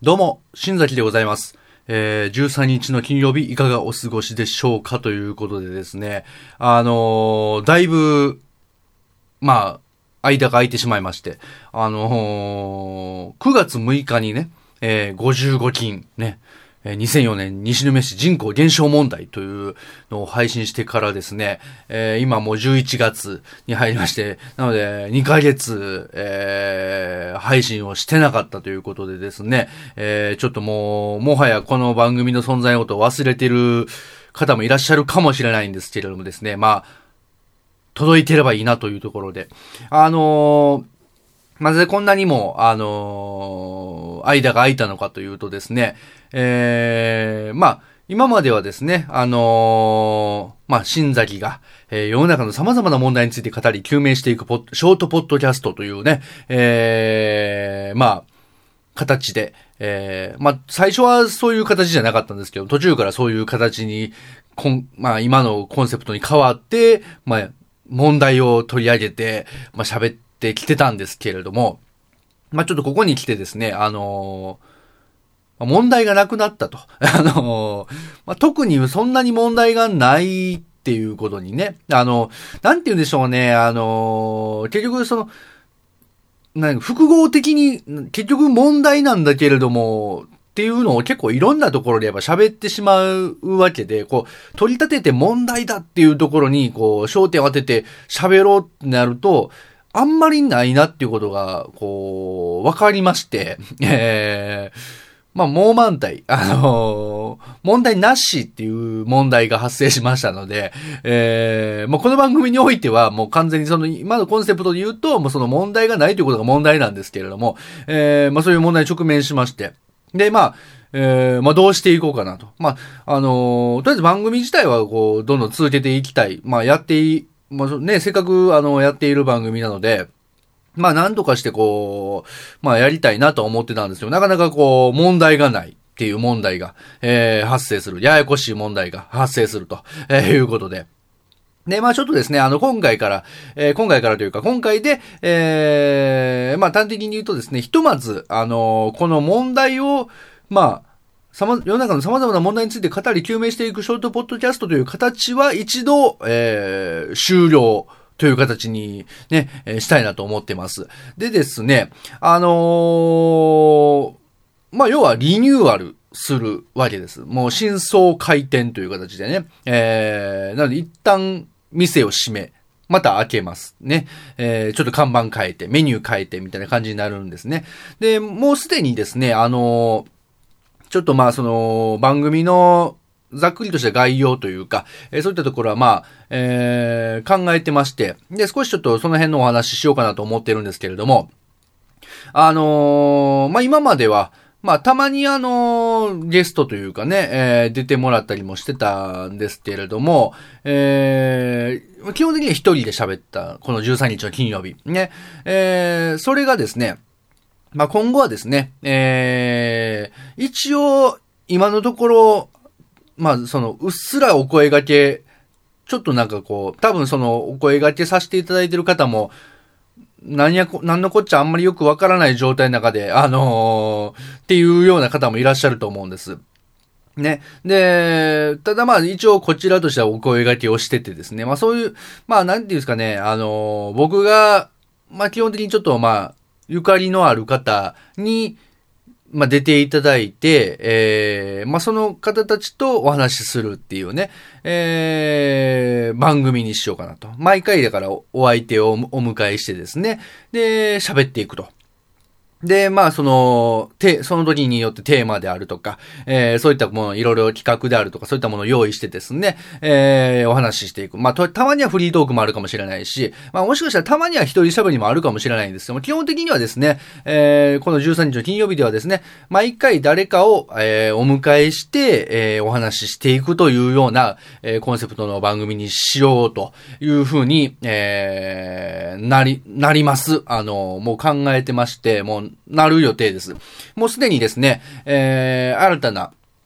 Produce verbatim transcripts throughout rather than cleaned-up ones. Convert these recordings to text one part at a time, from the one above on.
どうも、新崎でございます。えー、じゅうさんにちの金曜日いかがお過ごしでしょうかということでですね、あのー、だいぶ、まあ、間が空いてしまいまして、あのー、くがつむいかにね、えー、ごじゅうごきんね、にせんよねん西ヌメ市人口減少問題というのを配信してからですね、えー、今もうじゅういちがつに入りまして、なのでにかげつ、えー、配信をしてなかったということでですね、えー、ちょっともう、もはやこの番組の存在のことを忘れてる方もいらっしゃるかもしれないんですけれどもですね、まあ、届いてればいいなというところで、あのー、なぜこんなにも、あのー、間が空いたのかというとですね、えー、まあ、今まではですね、あのー、まあ、新崎が、えー、世の中の様々な問題について語り、究明していくポッショートポッドキャストというね、えー、まあ、形で、えー、まあ、最初はそういう形じゃなかったんですけど、途中からそういう形に、こん、まあ、今のコンセプトに変わって、まあ、問題を取り上げて、まあ、喋って、ってきてたんですけれども、まあ、ちょっとここに来てですね、あのー、問題がなくなったと。あのー、まあ、特にそんなに問題がないっていうことにね、あの、なんて言うんでしょうね、あのー、結局その、なんか複合的に、結局問題なんだけれども、っていうのを結構いろんなところでやっぱ喋ってしまうわけで、こう、取り立てて問題だっていうところに、こう、焦点を当てて喋ろうってなると、あんまりないなっていうことが、こう、わかりまして、えー、まあ、もう満体、あのー、問題なしっていう問題が発生しましたので、えー、まあ、この番組においては、もう完全にその、今のコンセプトで言うと、もうその問題がないということが問題なんですけれども、えー、まあ、そういう問題に直面しまして、で、まあ、えー、まあ、どうしていこうかなと。まあ、あのー、とりあえず番組自体は、こう、どんどん続けていきたい。まあ、やっていい、まあね、せっかく、あの、やっている番組なので、まあ、なんとかしてこう、まあ、やりたいなと思ってたんですよ。なかなかこう、問題がないっていう問題が、えー、発生する。ややこしい問題が発生すると、えー、いうことで。で、まあちょっとですね、あの、今回から、えー、今回からというか、今回で、えー、まあ端的に言うとですね、ひとまず、あのー、この問題を、まあ、さま、世の中の様々な問題について語り究明していくショートポッドキャストという形は一度、えー、終了という形にね、えー、したいなと思ってます。でですね、あのー、まあ、要はリニューアルするわけです。もう新装開店という形でね、えー、なので一旦店を閉め、また開けますね。えー、ちょっと看板変えて、メニュー変えてみたいな感じになるんですね。で、もうすでにですね、あのー、ちょっとまあその番組のざっくりとした概要というか、えー、そういったところはまあ、えー、考えてまして、で、少しちょっとその辺のお話ししようかなと思ってるんですけれども、あのー、まあ今までは、まあたまにあのー、ゲストというかね、えー、出てもらったりもしてたんですけれども、えー、基本的には一人で喋った、このじゅうさんにちの金曜日。ね、えー、それがですね、まあ、今後はですね、えー、一応、今のところ、まあ、その、うっすらお声掛け、ちょっとなんかこう、多分その、お声掛けさせていただいている方も、何やこ、何のこっちゃあんまりよくわからない状態の中で、あのー、っていうような方もいらっしゃると思うんです。ね。で、ただまあ一応こちらとしてはお声掛けをしててですね、まあそういう、まあなんていうんですかね、あのー、僕が、まあ基本的にちょっとまあ、ゆかりのある方に、まあ、出ていただいて、えー、まあ、その方たちとお話しするっていうね、えー、番組にしようかなと。毎回だからお相手をお迎えしてですね、で、喋っていくと。で、まあ、その、て、その時によってテーマであるとか、えー、そういったもの、いろいろ企画であるとか、そういったものを用意してですね、えー、お話ししていく。まあ、と、たまにはフリートークもあるかもしれないし、まあ、もしかしたらたまには一人喋りもあるかもしれないんですけども、基本的にはですね、えー、このじゅうさんにちの金曜日ではですね、毎回誰かを、えー、お迎えして、えー、お話ししていくというような、えー、コンセプトの番組にしようというふうに、えー、なり、なります。あの、もう考えてまして、もう、なる予定です。もうすでにですね、えー、新たな、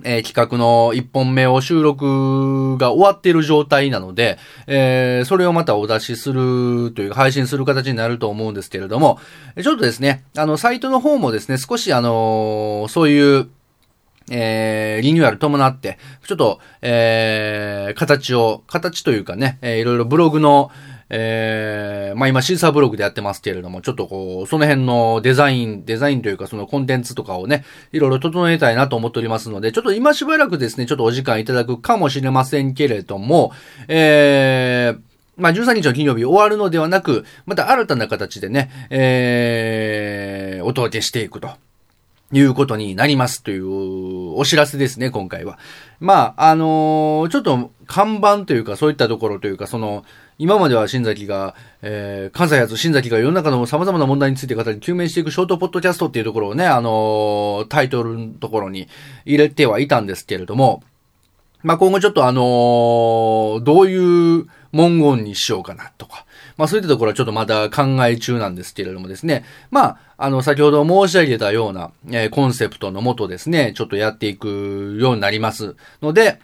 えー、企画の一本目を収録が終わっている状態なので、えー、それをまたお出しするというか配信する形になると思うんですけれども、ちょっとですね、あの、サイトの方もですね、少しあのー、そういう、えー、リニューアル伴って、ちょっと、えー、形を、形というかね、えー、いろいろブログの、えー、まあ今シーサーブログでやってますけれども、ちょっとこう、その辺のデザイン、デザインというかそのコンテンツとかをね、いろいろ整えたいなと思っておりますので、ちょっと今しばらくですね、ちょっとお時間いただくかもしれませんけれども、えー、まあじゅうさんにちの金曜日終わるのではなく、また新たな形でね、えー、お届けしていくと。いうことになりますというお知らせですね、今回は。まあ、あのー、ちょっと看板というかそういったところというか、その、今までは新崎が、えー、関西発新崎が世の中の様々な問題について語り究明していくショートポッドキャストっていうところをね、あのー、タイトルのところに入れてはいたんですけれども、まあ、今後ちょっとあのー、どういう文言にしようかなとか、まあそういったところはちょっとまだ考え中なんですけれどもですね。まあ、あの、先ほど申し上げたような、えー、コンセプトのもとですね、ちょっとやっていくようになりますので、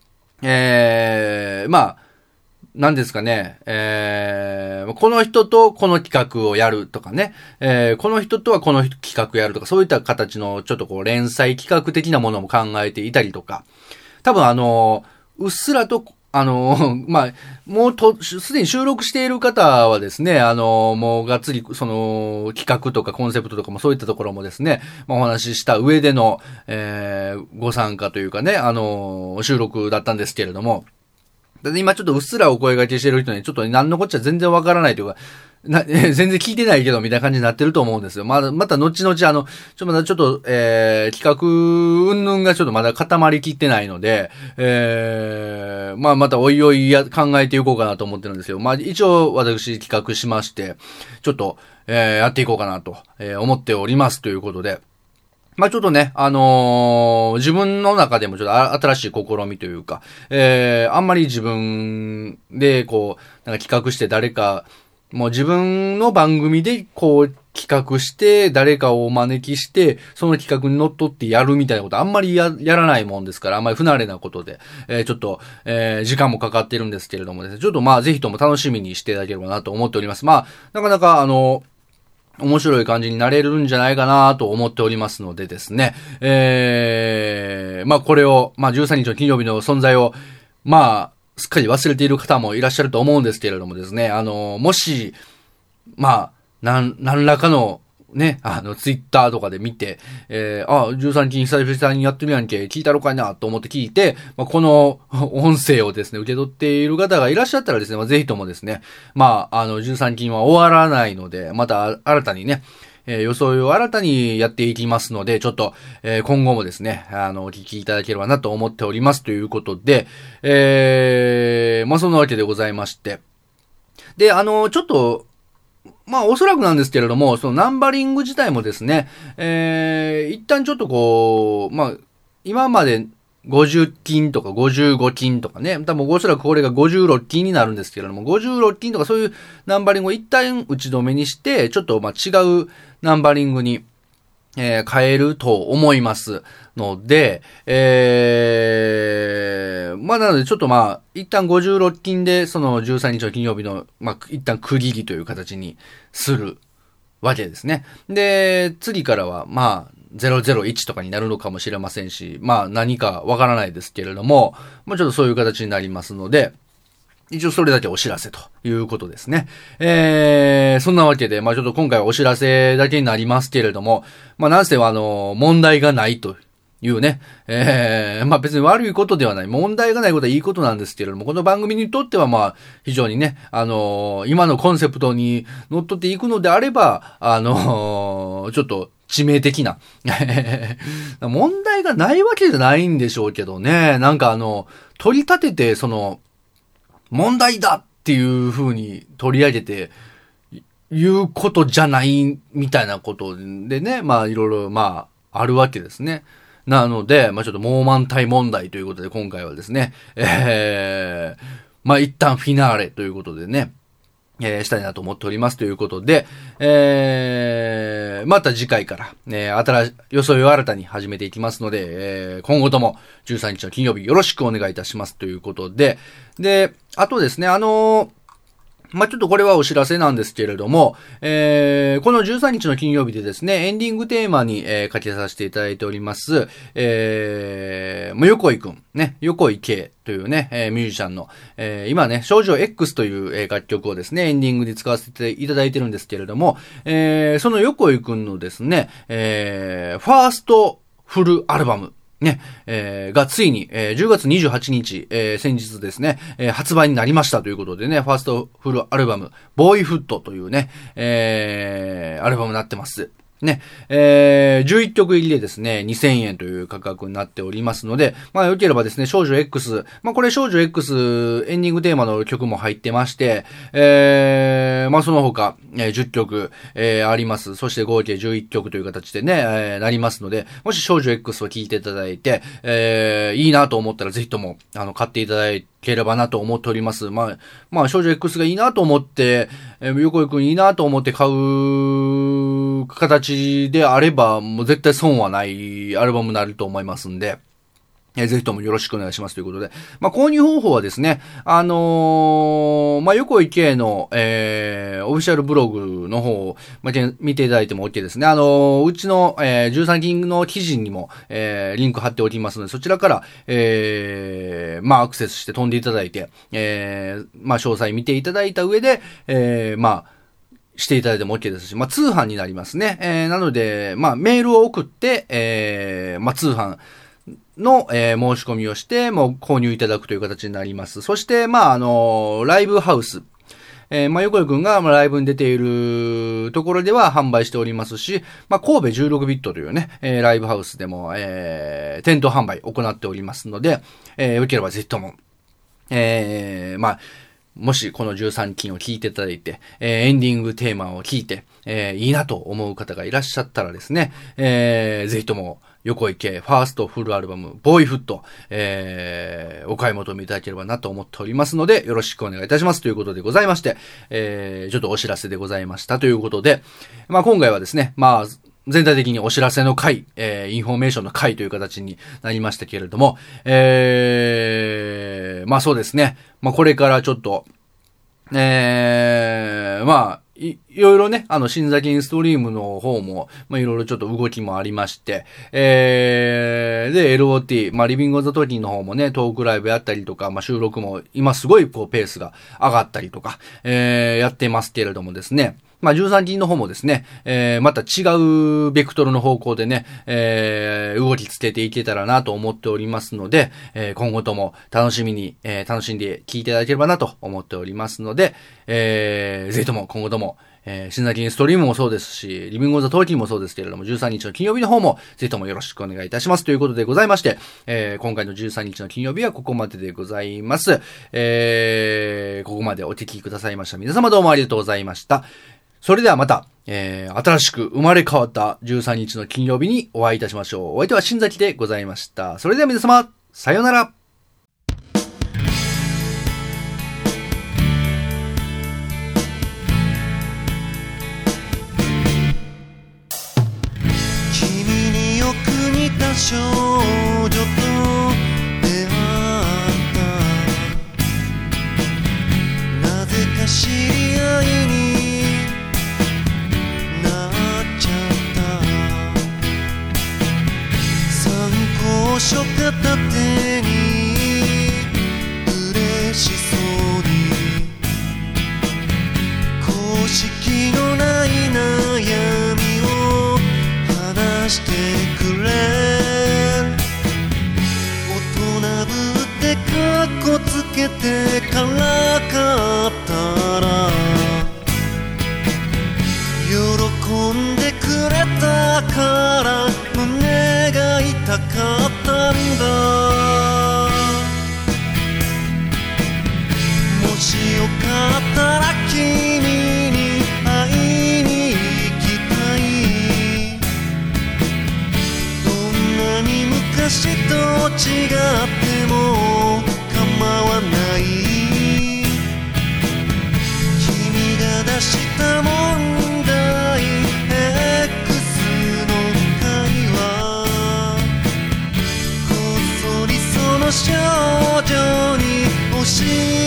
えー、まあ、何ですかね、えー、この人とこの企画をやるとかね、えー、この人とはこの企画やるとか、そういった形のちょっとこう連載企画的なものも考えていたりとか、多分あの、うっすらとあの、まあ、もうと、すでに収録している方はですね、あの、もうがっつり、その、企画とかコンセプトとかもそういったところもですね、まあ、お話しした上での、えー、ご参加というかね、あの、収録だったんですけれども、で今ちょっとうっすらお声掛けしてる人にちょっと何のこっちゃ全然わからないというか、な、全然聞いてないけどみたいな感じになってると思うんですよ。まだ、また後々あの、ちょ、まだちょっと、えー、企画、云々がちょっとまだ固まりきってないので、えー、まあまたおいおいや考えていこうかなと思ってるんですよ。まあ一応私企画しまして、ちょっと、えー、やっていこうかなと、えー、思っておりますということで、まあちょっとね、あのー、自分の中でもちょっと新しい試みというか、えー、あんまり自分でこう、なんか企画して誰か、もう自分の番組でこう企画して誰かをお招きしてその企画にのっとってやるみたいなことあんまりや、やらないもんですからあんまり不慣れなことで、えー、ちょっと、えー、時間もかかってるんですけれどもですね、ちょっとまあぜひとも楽しみにしていただければなと思っております。まあ、なかなかあの、面白い感じになれるんじゃないかなと思っておりますのでですね、えー、まあこれを、まあじゅうさんにちの金曜日の存在を、まあ、すっかり忘れている方もいらっしゃると思うんですけれどもですね、あの、もし、まあ、なん、何らかの、ね、あの、ツイッターとかで見て、えー、あ、じゅうさん金久々にやってるやんけ、聞いたろかいなと思って聞いて、まあ、この音声をですね、受け取っている方がいらっしゃったらですね、まあ、ぜひともですね、まあ、あの、じゅうさん金は終わらないので、また新たにね、えー、予想を新たにやっていきますので、ちょっと、えー、今後もですね、あの、お聞きいただければなと思っておりますということで、えー、まあ、そんなわけでございまして。で、あの、ちょっと、まあ、おそらくなんですけれども、そのナンバリング自体もですね、えー、一旦ちょっとこう、まあ、今までごじゅっ金とかごじゅうご金とかね、多分おそらくこれがごじゅうろっ金になるんですけれども、ごじゅうろっ金とかそういうナンバリングを一旦打ち止めにして、ちょっとまあ違うナンバリングに、えー、変えると思いますので、えー、まあなのでちょっとまあ、一旦ごじゅうろっ金でそのじゅうさんにちの金曜日の、まあ一旦区切りという形にするわけですね。で、次からはまあ、ゼロゼロいちとかになるのかもしれませんし、まあ何かわからないですけれども、まあちょっとそういう形になりますので、一応それだけお知らせということですね。えー、そんなわけで、まあちょっと今回はお知らせだけになりますけれども、まあなんせはあの、問題がないというね、えー、まあ別に悪いことではない、問題がないことはいいことなんですけれども、この番組にとってはまあ非常にね、あのー、今のコンセプトにのっとっていくのであれば、あのー、ちょっと、致命的な。問題がないわけじゃないんでしょうけどね。なんかあの、取り立てて、その、問題だっていう風に取り上げて、言うことじゃないみたいなことでね、まあいろいろまああるわけですね。なので、まあちょっともう満体問題ということで今回はですね、えー、まあ一旦フィナーレということでね、 えー、したいなと思っておりますということで、えー、また次回から、えー、新し、装いを新たに始めていきますので、えー、今後ともじゅうさんにちの金曜日よろしくお願いいたしますということで、で、あとですね、あのー、まあ、ちょっとこれはお知らせなんですけれども、えー、このじゅうさんにちの金曜日でですね、エンディングテーマに、えー、書きさせていただいております、えー、もう横井くん、ね、横井圭というね、えー、ミュージシャンの、えー、今ね、少女 X という、えー、楽曲をですね、エンディングで使わせていただいてるんですけれども、えー、その横井くんのですね、えー、ファーストフルアルバム、ね、えー、がついに、えー、じゅうがつにじゅうはちにち、えー、先日ですね、えー、発売になりましたということでね、ファーストフルアルバム、ボーイフットというね、えー、アルバムになってます。ね、えー、じゅういっきょく入りでですね、にせんえんという価格になっておりますので、まあ良ければですね、少女 X、まあこれ少女 X エンディングテーマの曲も入ってまして、えー、まあその他、えー、じゅっきょく、えー、あります。そして合計じゅういっきょくという形でね、えー、なりますので、もし少女 X を聴いていただいて、えー、いいなと思ったらぜひとも、あの、買っていただいて、ければなと思っております。まあ、まあ、少女 X がいいなと思って、えー、横井くんいいなと思って買う形であれば、もう絶対損はないアルバムになると思いますんで、えー、ぜひともよろしくお願いしますということで。まあ、購入方法はですね、あのー、まあ、横井圭の、えー、オフィシャルブログの方を、まあ、見ていただいても OK ですね。あのー、うちの、えー、じゅうさん金の記事にも、えー、リンク貼っておきますので、そちらから、えー、まあ、アクセスして飛んでいただいて、えー、まあ、詳細見ていただいた上で、えー、まあ、していただいても OK ですし、まあ、通販になりますね。えー、なので、まあ、メールを送って、えー、まあ、通販、の、えー、申し込みをして、もう購入いただくという形になります。そして、まあ、あのー、ライブハウス。えー、まあ、横井くんがライブに出ているところでは販売しておりますし、まあ、神戸じゅうろくビットというね、えー、ライブハウスでも、えー、店頭販売行っておりますので、えー、よければぜひとも、えー、まあ、もしこのじゅうさん金を聞いていただいて、えー、エンディングテーマを聞いて、えー、いいなと思う方がいらっしゃったらですね、えー、ぜひとも、横井圭ファーストフルアルバムボーイフット、えー、お買い求めいただければなと思っておりますのでよろしくお願いいたしますということでございまして、えー、ちょっとお知らせでございましたということで、まあ今回はですね、まあ全体的にお知らせの回、えー、インフォメーションの回という形になりましたけれども、えー、まあそうですね、まあこれからちょっと、えー、まあい、いろいろね、あの、新崎インストリームの方も、まあ、いろいろちょっと動きもありまして、えー、で、エルオーティー、まあ、リビングオブザトーキーの方もね、トークライブやったりとか、まあ、収録も、今すごい、こう、ペースが上がったりとか、えー、やってますけれどもですね、まあ、じゅうさん金の方もですね、えー、また違うベクトルの方向でね、えー、動きつけていけたらなと思っておりますので、えー、今後とも楽しみに、えー、楽しんで聞いていただければなと思っておりますので、えー、ぜひとも今後とも、えー、新崎インストリームもそうですし、リビングオブザトーキーもそうですけれども、じゅうさんにちの金曜日の方も、ぜひともよろしくお願いいたしますということでございまして、えー、今回のじゅうさんにちの金曜日はここまででございます。えー、ここまでお聞きくださいました皆様どうもありがとうございました。それではまた、えー、新しく生まれ変わったじゅうさんにちの金曜日にお会いいたしましょう。お相手は新崎でございました。それでは皆様、さようなら。 君によく似た少女と出会ったなぜか知り合いに書片手に嬉しそうに公式のない悩みを話してくれ大人ぶってかっこつけてからかったら喜んでくれたから胸が痛かったんだもしよかったら君に会いに行きたいどんなに昔と違っても構わない君した問題 X の会話こっそりその少女に教え